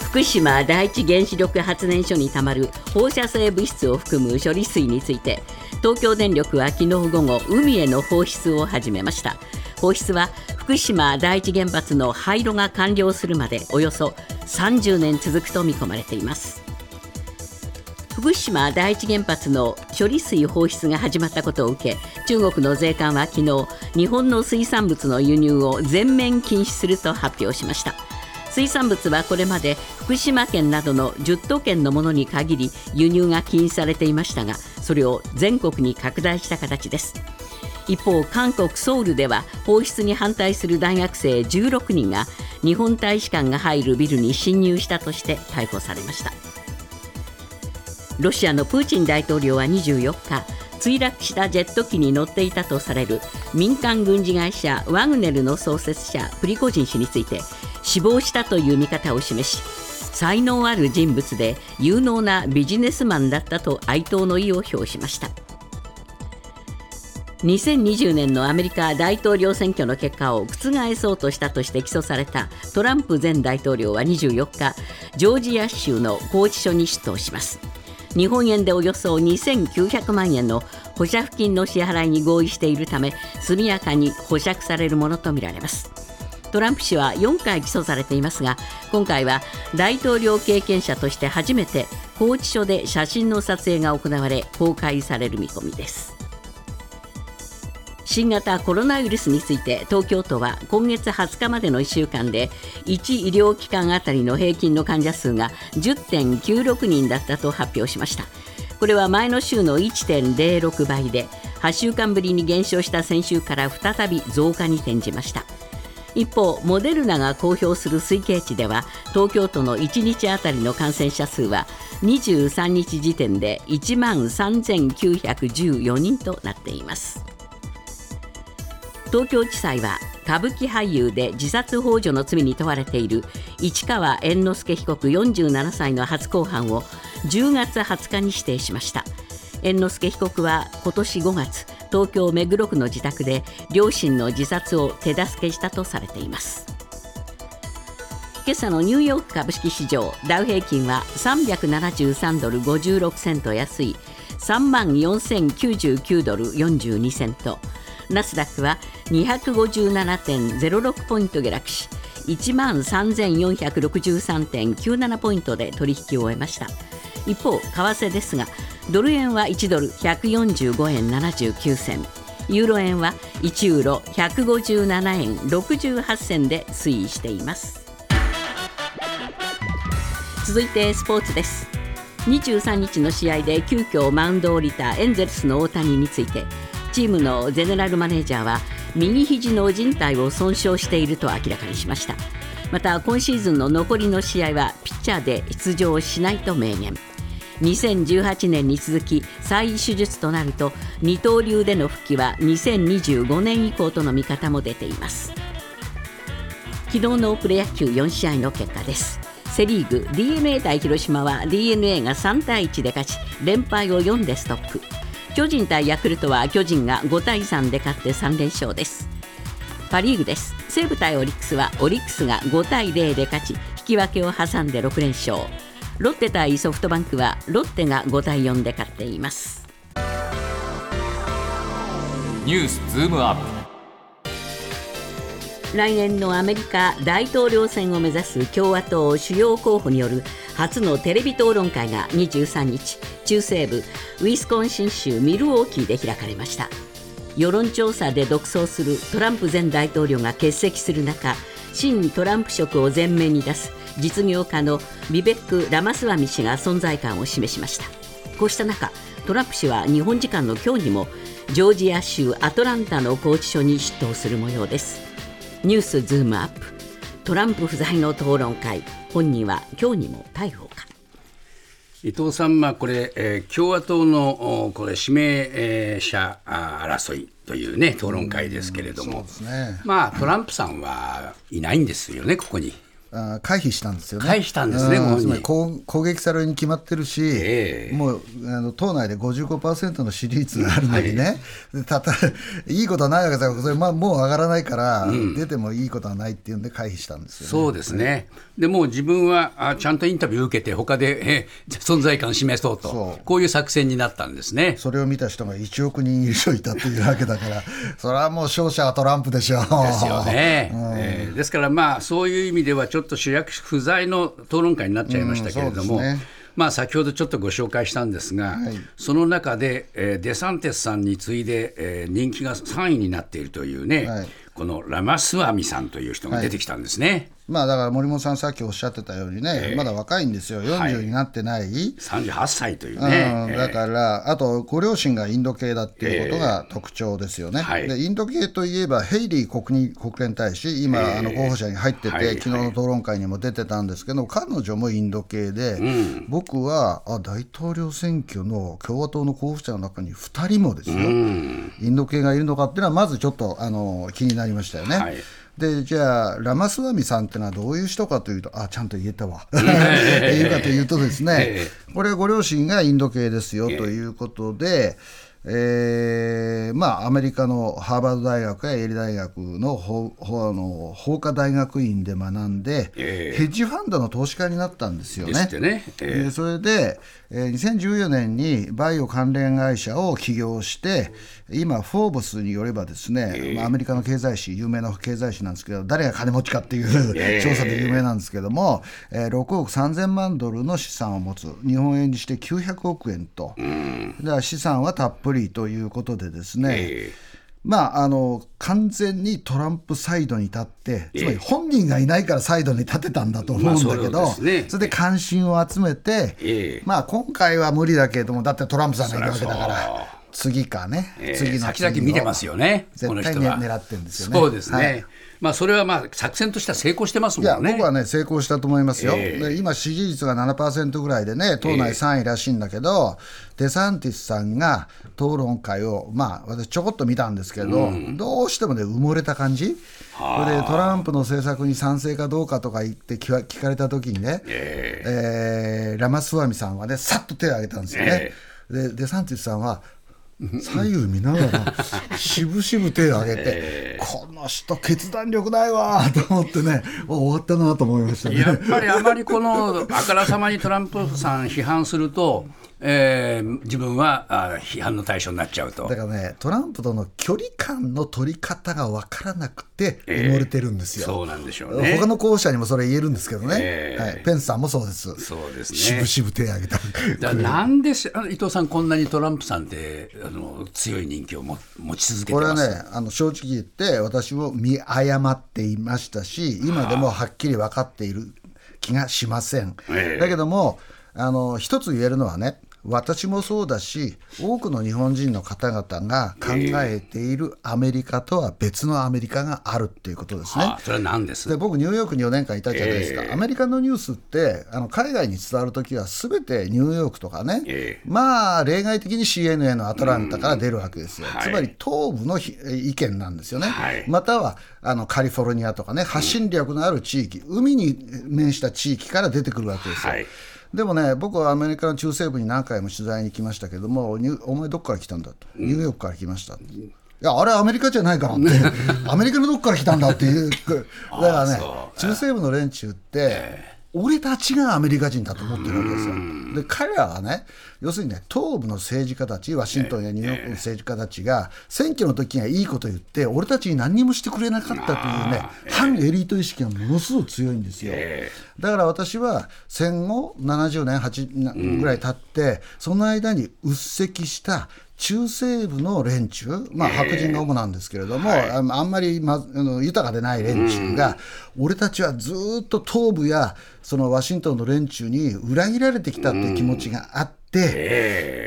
福島第一原子力発電所にたまる放射性物質を含む処理水について、東京電力は昨日午後、海への放出を始めました。放出は福島第一原発の廃炉が完了するまでおよそ30年続くと見込まれています。福島第一原発の処理水放出が始まったことを受け、中国の税関は昨日、日本の水産物の輸入を全面禁止すると発表しました。水産物はこれまで福島県などの10都県のものに限り輸入が禁止されていましたが、それを全国に拡大した形です。一方、韓国ソウルでは放出に反対する大学生16人が日本大使館が入るビルに侵入したとして逮捕されました。ロシアのプーチン大統領は24日、墜落したジェット機に乗っていたとされる民間軍事会社ワグネルの創設者プリゴジン氏について死亡したという見方を示し、才能ある人物で有能なビジネスマンだったと哀悼の意を表しました。2020年のアメリカ大統領選挙の結果を覆そうとしたとして起訴されたトランプ前大統領は24日、ジョージア州の拘置所に出頭します。日本円でおよそ2900万円の保釈金の支払いに合意しているため、速やかに保釈されるものとみられます。トランプ氏は4回起訴されていますが、今回は大統領経験者として初めて拘置所で写真の撮影が行われ、公開される見込みです。新型コロナウイルスについて東京都は今月20日までの1週間で1医療機関あたりの平均の患者数が 10.96 人だったと発表しました。これは前の週の 1.06 倍で、8週間ぶりに減少した先週から再び増加に転じました。一方、モデルナが公表する推計値では、東京都の1日あたりの感染者数は23日時点で1万3914人となっています。東京地裁は歌舞伎俳優で自殺幇助の罪に問われている市川猿之助被告47歳の初公判を10月20日に指定しました。猿之助被告は今年5月、東京目黒区の自宅で両親の自殺を手助けしたとされています。今朝のニューヨーク株式市場、ダウ平均は373ドル56セント安い34,099ドル42セント、ナスダックは 257.06 ポイント下落し 13,463.97 ポイントで取引を終えました。一方、為替ですが、ドル円は1ドル145円79銭、ユーロ円は1ユーロ157円68銭で推移しています。続いてスポーツです。23日の試合で急遽マウンドを降りたエンゼルスの大谷について、チームのゼネラルマネージャーは右肘の靭帯を損傷していると明らかにしました。また今シーズンの残りの試合はピッチャーで出場しないと明言。2018年に続き再手術となると、二刀流での復帰は2025年以降との見方も出ています。昨日のプロ野球4試合の結果です。セリーグ DNA 対広島は DNA が3対1で勝ち、連敗を4でストップ。巨人対ヤクルトは巨人が5対3で勝って3連勝です。パリーグです。西武対オリックスはオリックスが5対0で勝ち、引き分けを挟んで6連勝。ロッテ対ソフトバンクはロッテが5対4で勝っています。 ニュースズームアップ。 来年のアメリカ大統領選を目指す共和党主要候補による初のテレビ討論会が23日、中西部ウィスコンシン州ミルウォーキーで開かれました。世論調査で独走するトランプ前大統領が欠席する中、親トランプ色を前面に出す実業家のビベック・ラマスワミ氏が存在感を示しました。こうした中、トランプ氏は日本時間の今日にもジョージア州アトランタの拘置所に出頭する模様です。ニュースズームアップ。トランプ不在の討論会、本人は今日にも逮捕か。 伊藤さん、これ、共和党のこれ指名者争いというね討論会ですけれども、 そうですね。 トランプさんはいないんですよね、ここに。 回避したんですよね。 回避したんですね、 つまり攻撃されるに決まってるし、もう党内で 55% の支持率があるのにね、いいことはないわけですよ。それ、もう上がらないから、出てもいいことはないっていうんで回避したんですよね。 そうですね。でもう自分はちゃんとインタビュー受けて他で存在感を示そうと、こういう作戦になったんですね。 それを見た人が1億人以上いたというわけだからそれはもう勝者はトランプでしょう。 ですよね。ですからそういう意味ではちょっと主役不在の討論会になっちゃいましたけれども、先ほどちょっとご紹介したんですが、その中で、デサンティスさんに次いで、人気が3位になっているというね、このラマスワミさんという人が出てきたんですね。 だから森本さんさっきおっしゃってたようにね、まだ若いんですよ。40になってない、 38歳というね、 だからあとご両親がインド系だっていうことが特徴ですよね。でインド系といえばヘイリー国連大使、今候補者に入ってて、昨日の討論会にも出てたんですけど、彼女もインド系で、僕は大統領選挙の共和党の候補者の中に2人もですよ、インド系がいるのかっていうのはまずちょっと気になりましたよね。でじゃあラマスワミさんってのはどういう人かというと、ちゃんと言えたわ言うかというとですね、これはご両親がインド系ですよということで、アメリカのハーバード大学やエリ大学の法科大学院で学んで、ヘッジファンドの投資家になったんですよね。それで、2014年にバイオ関連会社を起業して、今フォーブスによればですね、アメリカの経済誌、有名な経済誌なんですけど、誰が金持ちかっていう調査で有名なんですけども、6億3000万ドルの資産を持つ、日本円にして900億円と、だから資産はたっぷりということでですね、完全にトランプサイドに立って、つまり本人がいないからサイドに立てたんだと思うんだけど、それで関心を集めて、今回は無理だけれども、だってトランプさんがいるわけだから次かね、次の先々見てますよね、 絶対に狙ってるんですよね。 そうですね、それは作戦としては成功してますもんね。 僕はね成功したと思いますよ。で今支持率が 7% ぐらいでね、党内3位らしいんだけど、デサンティスさんが討論会を私ちょこっと見たんですけど、どうしてもね埋もれた感じ。これでトランプの政策に賛成かどうかとか言って聞かれた時にね、ラマスワミさんはねさっと手を挙げたんですよね。でデサンティスさんは左右見ながらしぶしぶ手を挙げて、この人決断力ないわと思ってね、終わったなと思いましたね。 やっぱりあまりこのあからさまにトランプさん批判すると、自分は批判の対象になっちゃうと。 だからね、トランプとの距離感の取り方が分からなくて埋もれてるんですよ。 そうなんでしょうね。 他の候補者にもそれ言えるんですけどね、ペンスさんもそうです。 そうですね。 しぶしぶ手を挙げた。 なんで伊藤さんこんなにトランプさんって強い人気を持ち続けてます？ これはね、正直言って私も見誤っていましたし、今でもはっきり分かっている気がしません。だけども一つ言えるのはね、私もそうだし多くの日本人の方々が考えているアメリカとは別のアメリカがあるっていうことですね。 それは何です？ で僕ニューヨークに4年間いたじゃないですか。アメリカのニュースって海外に伝わるときは全てニューヨークとかね、例外的に CNN のアトランタから出るわけですよ。つまり東部の意見なんですよね。またはカリフォルニアとかね、発信力のある地域、海に面した地域から出てくるわけですよ。でもね、僕はアメリカの中西部に何回も取材に来ましたけども、お前どこから来たんだと、ニューヨークから来ました、いやあれアメリカじゃないからってアメリカのどこから来たんだっていうだからね、中西部の連中って俺たちがアメリカ人だと思ってるわけですよ。で彼らはね、要するにね、東部の政治家たち、ワシントンやニューヨークの政治家たちが選挙の時にはいいこと言って俺たちに何にもしてくれなかったというね、反エリート意識がものすごく強いんですよ。だから私は戦後70年8年ぐらい経って、その間にうっせきした中西部の連中、白人が主なんですけれども、あんまり、豊かでない連中が、俺たちはずっと東部やそのワシントンの連中に裏切られてきたっていう気持ちがあって、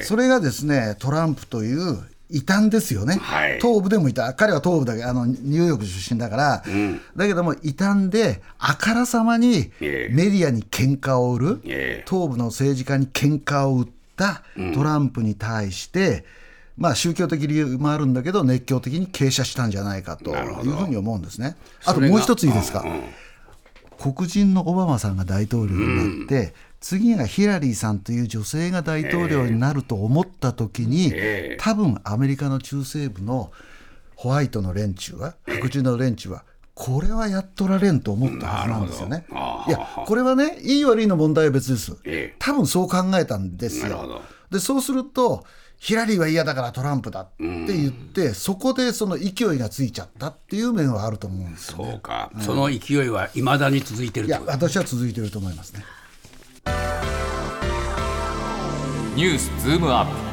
それがですねトランプという異端ですよね。東部でもいた、彼は東部だけニューヨーク出身だから、だけども異端であからさまにメディアに喧嘩を売る、東部の政治家に喧嘩を売ったトランプに対して、宗教的理由もあるんだけど熱狂的に傾斜したんじゃないかというふうに思うんですね。あともう一ついいですか。 黒人のオバマさんが大統領になって、次がヒラリーさんという女性が大統領になると思った時に、多分アメリカの中西部のホワイトの連中は、白人の連中はこれはやっとられんと思ったはずなんですよね。いやこれはね、いい悪いの問題は別です。多分そう考えたんですよ。でそうするとヒラリーは嫌だからトランプだって言って、そこでその勢いがついちゃったっていう面はあると思うんですよね。 そうか、その勢いは未だに続いてると。 いや私は続いてると思いますね。 ニュースズームアップ。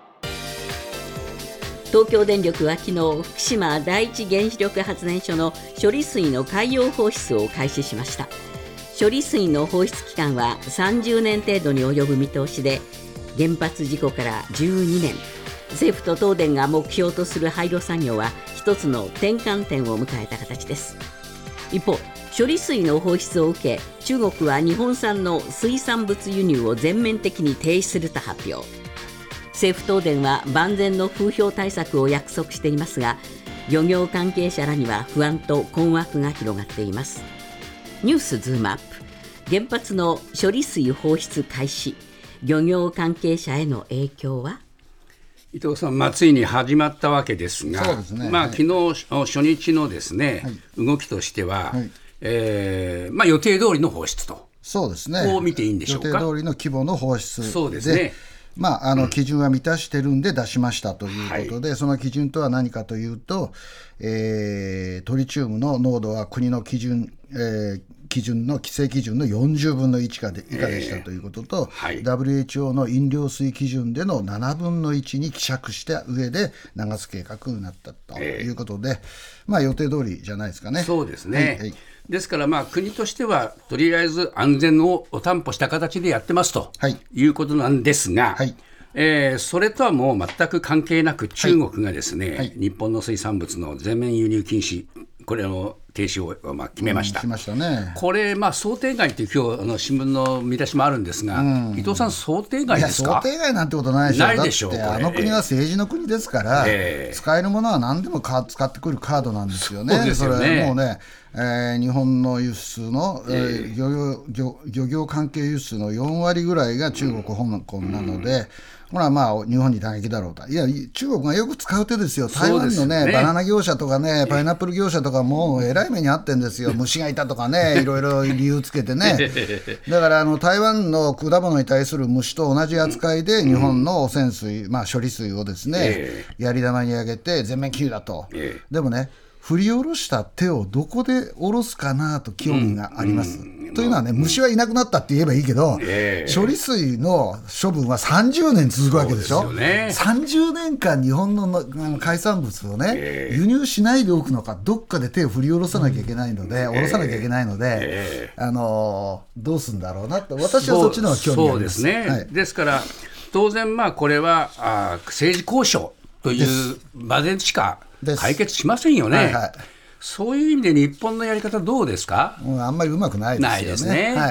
東京電力は昨日、福島第一原子力発電所の処理水の海洋放出を開始しました。処理水の放出期間は30年程度に及ぶ見通しで、原発事故から12年、政府と東電が目標とする廃炉作業は一つの転換点を迎えた形です。一方、処理水の放出を受け、中国は日本産の水産物輸入を全面的に停止すると発表。政府東電は万全の風評対策を約束していますが、漁業関係者らには不安と困惑が広がっています。ニュースズームアップ。原発の処理水放出開始、漁業関係者への影響は。 伊藤さん、ついに始まったわけですが、 そうですね、 昨日初日のですね、動きとしては、予定通りの放出と、 そうですね、 こう見ていいんでしょうか。 予定通りの規模の放出で、 そうですね、 基準は満たしてるんで出しましたということで、その基準とは何かというと、トリチウムの濃度は国の基準の規制基準の40分の1以下でしたということと、WHO の飲料水基準での7分の1に希釈した上で流す計画になったということで、予定通りじゃないですかね。 そうですね、ですから国としてはとりあえず安全を担保した形でやってますということなんですが、それとはもう全く関係なく、中国がですね、日本の水産物の全面輸入禁止、これの停止を決めました。 しましたね。 これ想定外という今日の新聞の見出しもあるんですが、伊藤さん、想定外ですか。 想定外なんてことないでしょ。 ないでしょう。 だって国は政治の国ですから、使えるものは何でも使ってくるカードなんですよね。 そうですよね。 それはもうね、日本の輸出の、漁業関係輸出の4割ぐらいが中国、香港なので、日本に打撃だろうと。いや、中国がよく使う手ですよ。台湾のね、バナナ業者とかね、パイナップル業者とかもうえらい目に遭ってんですよ。虫がいたとかね、いろいろ理由つけてね。だから台湾の果物に対する虫と同じ扱いで日本の汚染水、処理水をですね、やり玉に上げて全面禁輸だと。でもね、振り下ろした手をどこで下ろすかなと興味があります。というのはね、虫はいなくなったって言えばいいけど、処理水の処分は30年続くわけでしょ。30年間日本の海産物をね、輸入しないでおくのか、どっかで手を振り下ろさなきゃいけないので、下ろさなきゃいけないので、どうするんだろうなって、私はそっちの方が興味があります。 そうですね。ですから当然これは政治交渉という場でしか解決しませんよね。そういう意味で日本のやり方どうですか。 あんまりうまくないですよね。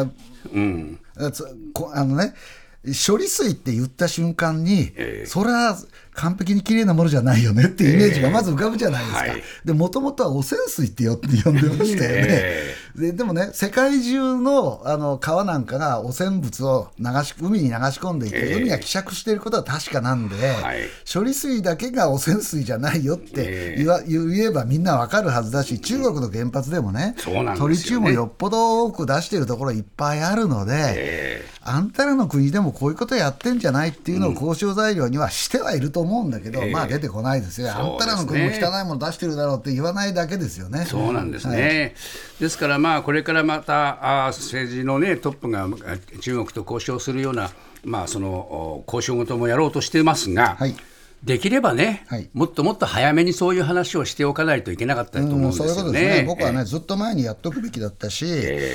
処理水って言った瞬間に、それは完璧に綺麗なものじゃないよねっていうイメージがまず浮かぶじゃないですか。で、もともとは汚染水って呼んでましたよね。でもね、世界中の川なんかが汚染物を海に流し込んでいて、海が希釈していることは確かなんで、処理水だけが汚染水じゃないよって言えばみんなわかるはずだし、中国の原発でもね、トリチウムをよっぽど多く出しているところいっぱいあるので、あんたらの国でもこういうことやってんじゃないっていうのを交渉材料にはしてはいると思うんだけど、出てこないですよ。あんたらの国も汚いもの出してるだろうって言わないだけですよね。 そうなんですね。ですからこれからまた政治のね、トップが中国と交渉するようなその交渉事もやろうとしていますが、できればね、もっともっと早めにそういう話をしておかないといけなかったと思うんですよね。 そういうことですね。僕はね、ずっと前にやっとくべきだったし、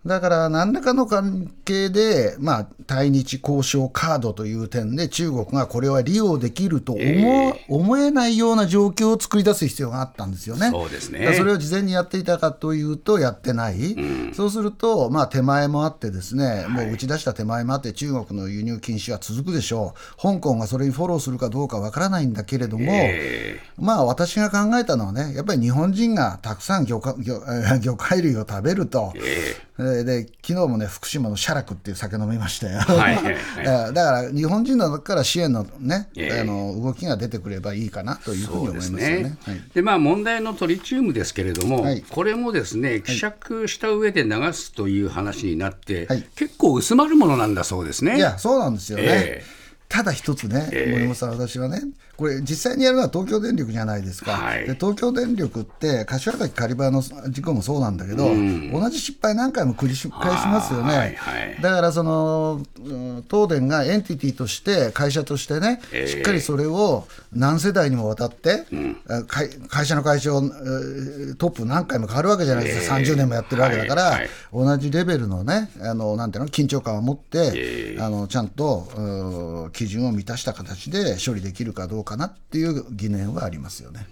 だから何らかの関係で、対日交渉カードという点で中国がこれは利用できると思えないような状況を作り出す必要があったんですよね。 そうですね。 それを事前にやっていたかというとやってない、そうすると、手前もあってですね、もう打ち出した手前もあって中国の輸入禁止は続くでしょう。香港がそれにフォローするかどうかわからないんだけれども、私が考えたのはね、やっぱり日本人がたくさん魚介類を食べると、で昨日もね福島の写楽っていう酒飲みましたよ、だから日本人の中から支援の、ね動きが出てくればいいかなというふうに思いますよね。 で問題のトリチウムですけれども、これもですね希釈した上で流すという話になって、結構薄まるものなんだそうですね。 いやそうなんですよね、ただ一つね、森本さん、私はね、これ実際にやるのは東京電力じゃないですか、で東京電力って柏崎刈羽の事故もそうなんだけど、同じ失敗何回も繰り返しますよね。だからその東電がエンティティとして会社としてね、しっかりそれを何世代にもわたって、会社の会長トップ何回も変わるわけじゃないですか、30年もやってるわけだから、同じレベルのねなんていうの緊張感を持って、ちゃんと基準を満たした形で処理できるかどうかなっていう疑念はありますよね。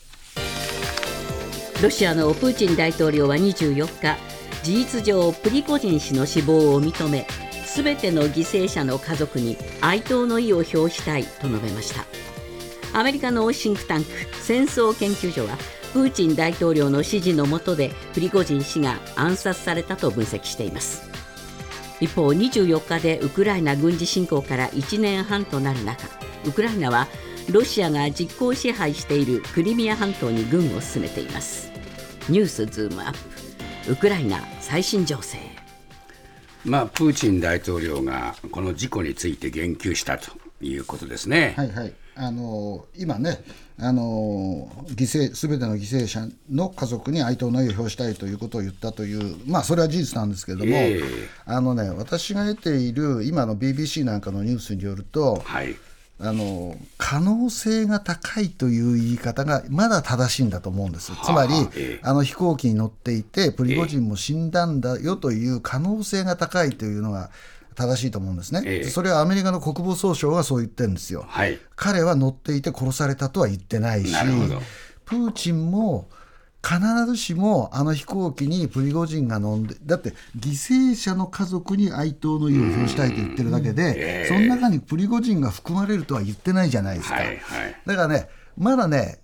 ロシアのプーチン大統領は24日、事実上プリゴジン氏の死亡を認め、すべての犠牲者の家族に哀悼の意を表したいと述べました。アメリカのシンクタンク戦争研究所はプーチン大統領の指示の下でプリゴジン氏が暗殺されたと分析しています。一方、24日でウクライナ軍事侵攻から1年半となる中、ウクライナはロシアが実効支配しているクリミア半島に軍を進めています。ニュースズームアップ、ウクライナ最新情勢。 プーチン大統領がこの事故について言及したということですね。 今ね、すべての犠牲者の家族に哀悼の意を表したいということを言ったという、それは事実なんですけれども、私が得ている今の BBC なんかのニュースによると、可能性が高いという言い方がまだ正しいんだと思うんです。つまり飛行機に乗っていてプリゴジンも死んだんだよという可能性が高いというのが正しいと思うんですね。それはアメリカの国防総省がそう言ってるんですよ。彼は乗っていて殺されたとは言ってないし、プーチンも必ずしも飛行機にプリゴジンが乗んで、だって犠牲者の家族に哀悼の意を表したいと言ってるだけで、その中にプリゴジンが含まれるとは言ってないじゃないですか。だからね、まだね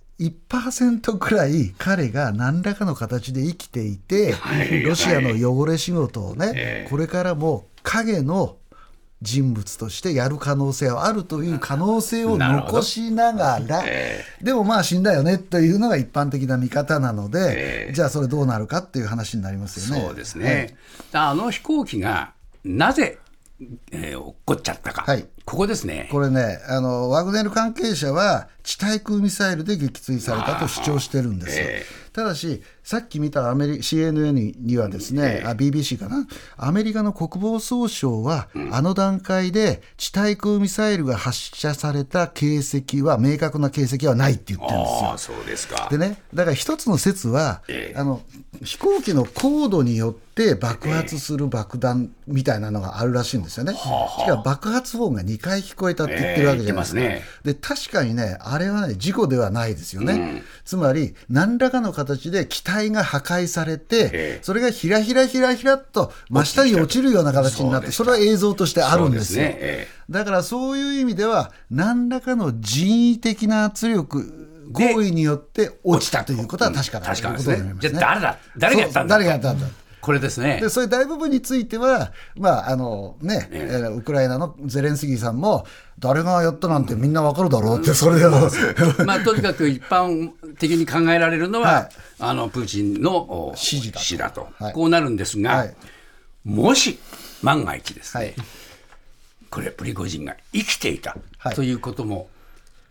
1% くらい彼が何らかの形で生きていて、ロシアの汚れ仕事をね、これからも影の人物としてやる可能性はあるという可能性を残しながら、でも死んだよねというのが一般的な見方なので、じゃあそれどうなるかっていう話になりますよね。 そうですね、飛行機がなぜ落っこっちゃったか、ここですね。 これね、ワグネル関係者は地対空ミサイルで撃墜されたと主張してるんですよ。ただしさっき見たCNN にはですね、BBC かな、アメリカの国防総省は、段階で地対空ミサイルが発射された形跡は、明確な形跡はないって言ってるんですよ。 そうですか。 でね、だから一つの説は、飛行機の高度によって爆発する爆弾みたいなのがあるらしいんですよね。しかも爆発音が2回聞こえたって言ってるわけじゃないですか。で確かにね、あれはね事故ではないですよね。つまり何らかの形で機体が破壊されて、それがひらひらっと真下に落ちるような形になって、それは映像としてあるんですよ。だからそういう意味では何らかの人為的な圧力行為によって落ちたということは確かだということになりますね。 じゃあ誰がやったんだ。 誰がやったんだ。 これですね。 でそういう大部分については、ウクライナのゼレンスキーさんも誰がやったなんてみんなわかるだろうって、それでとにかく一般的に考えられるのは、プーチンの指示だと、こうなるんですが、もし万が一ですね、これプリゴジンが生きていたということも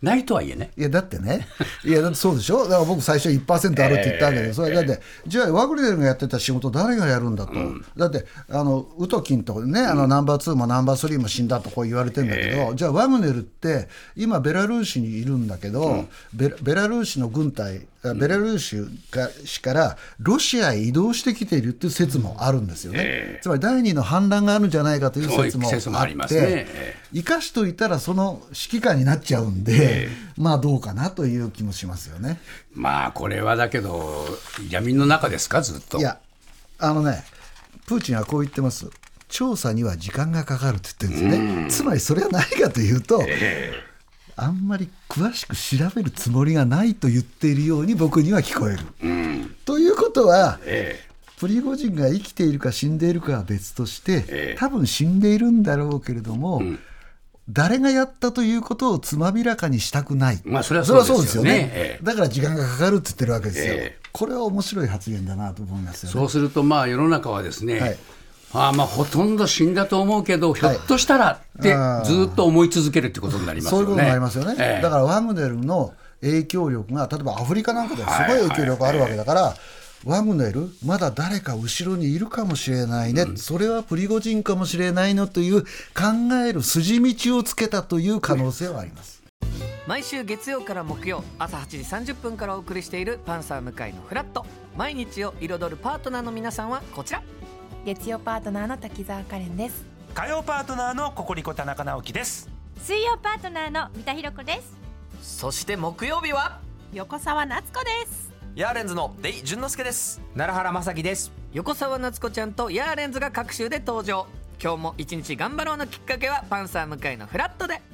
ないとはいえね。 いやだってね、いやだってそうでしょ。だから僕最初 1% あるって言ったわけで、それだってじゃあワグネルがやってた仕事誰がやるんだと、だってウトキンとね、ナンバー2もナンバー3も死んだとこう言われてるんだけど、じゃあワグネルって今ベラルーシにいるんだけど、ベラルーシの軍隊、ベラルーシからロシアへ移動してきているっていう説もあるんですよね。つまり第2の反乱があるんじゃないかという説もあって、生かしといたらその指揮官になっちゃうんで、まあどうかなという気もしますよね。 まあこれはだけど闇の中ですかずっと。 いやプーチンはこう言ってます。調査には時間がかかるって言ってるんですね。つまりそれは何かというと、あんまり詳しく調べるつもりがないと言っているように僕には聞こえる、ということは、プリゴジンが生きているか死んでいるかは別として、多分死んでいるんだろうけれども、誰がやったということをつまびらかにしたくない、 まあ、それはそうですよね。 だから時間がかかるって言ってるわけですよ。これは面白い発言だなと思いますよね。 そうするとまあ世の中はですね、まあほとんど死んだと思うけど、ひょっとしたらってずっと思い続けるってことになりますよね。 そういうことになりますよね。だからワグネルの影響力が例えばアフリカなんかですごい影響力あるわけだから、ワグネルまだ誰か後ろにいるかもしれないね、それはプリゴジンかもしれないのという考える筋道をつけたという可能性はあります。 毎週月曜から木曜朝8時30分からお送りしているパンサー向井のフラット。毎日を彩るパートナーの皆さんはこちら。 月曜パートナーの滝沢カレンです。 火曜パートナーのココリコ田中直樹です。 水曜パートナーの三田寛子です。 そして木曜日は横澤夏子です。 ヤーレンズのデイ淳之介です。奈良原雅樹です。 横澤夏子ちゃんとヤーレンズが各週で登場。今日も一日頑張ろうのきっかけはパンサー向井のフラットで。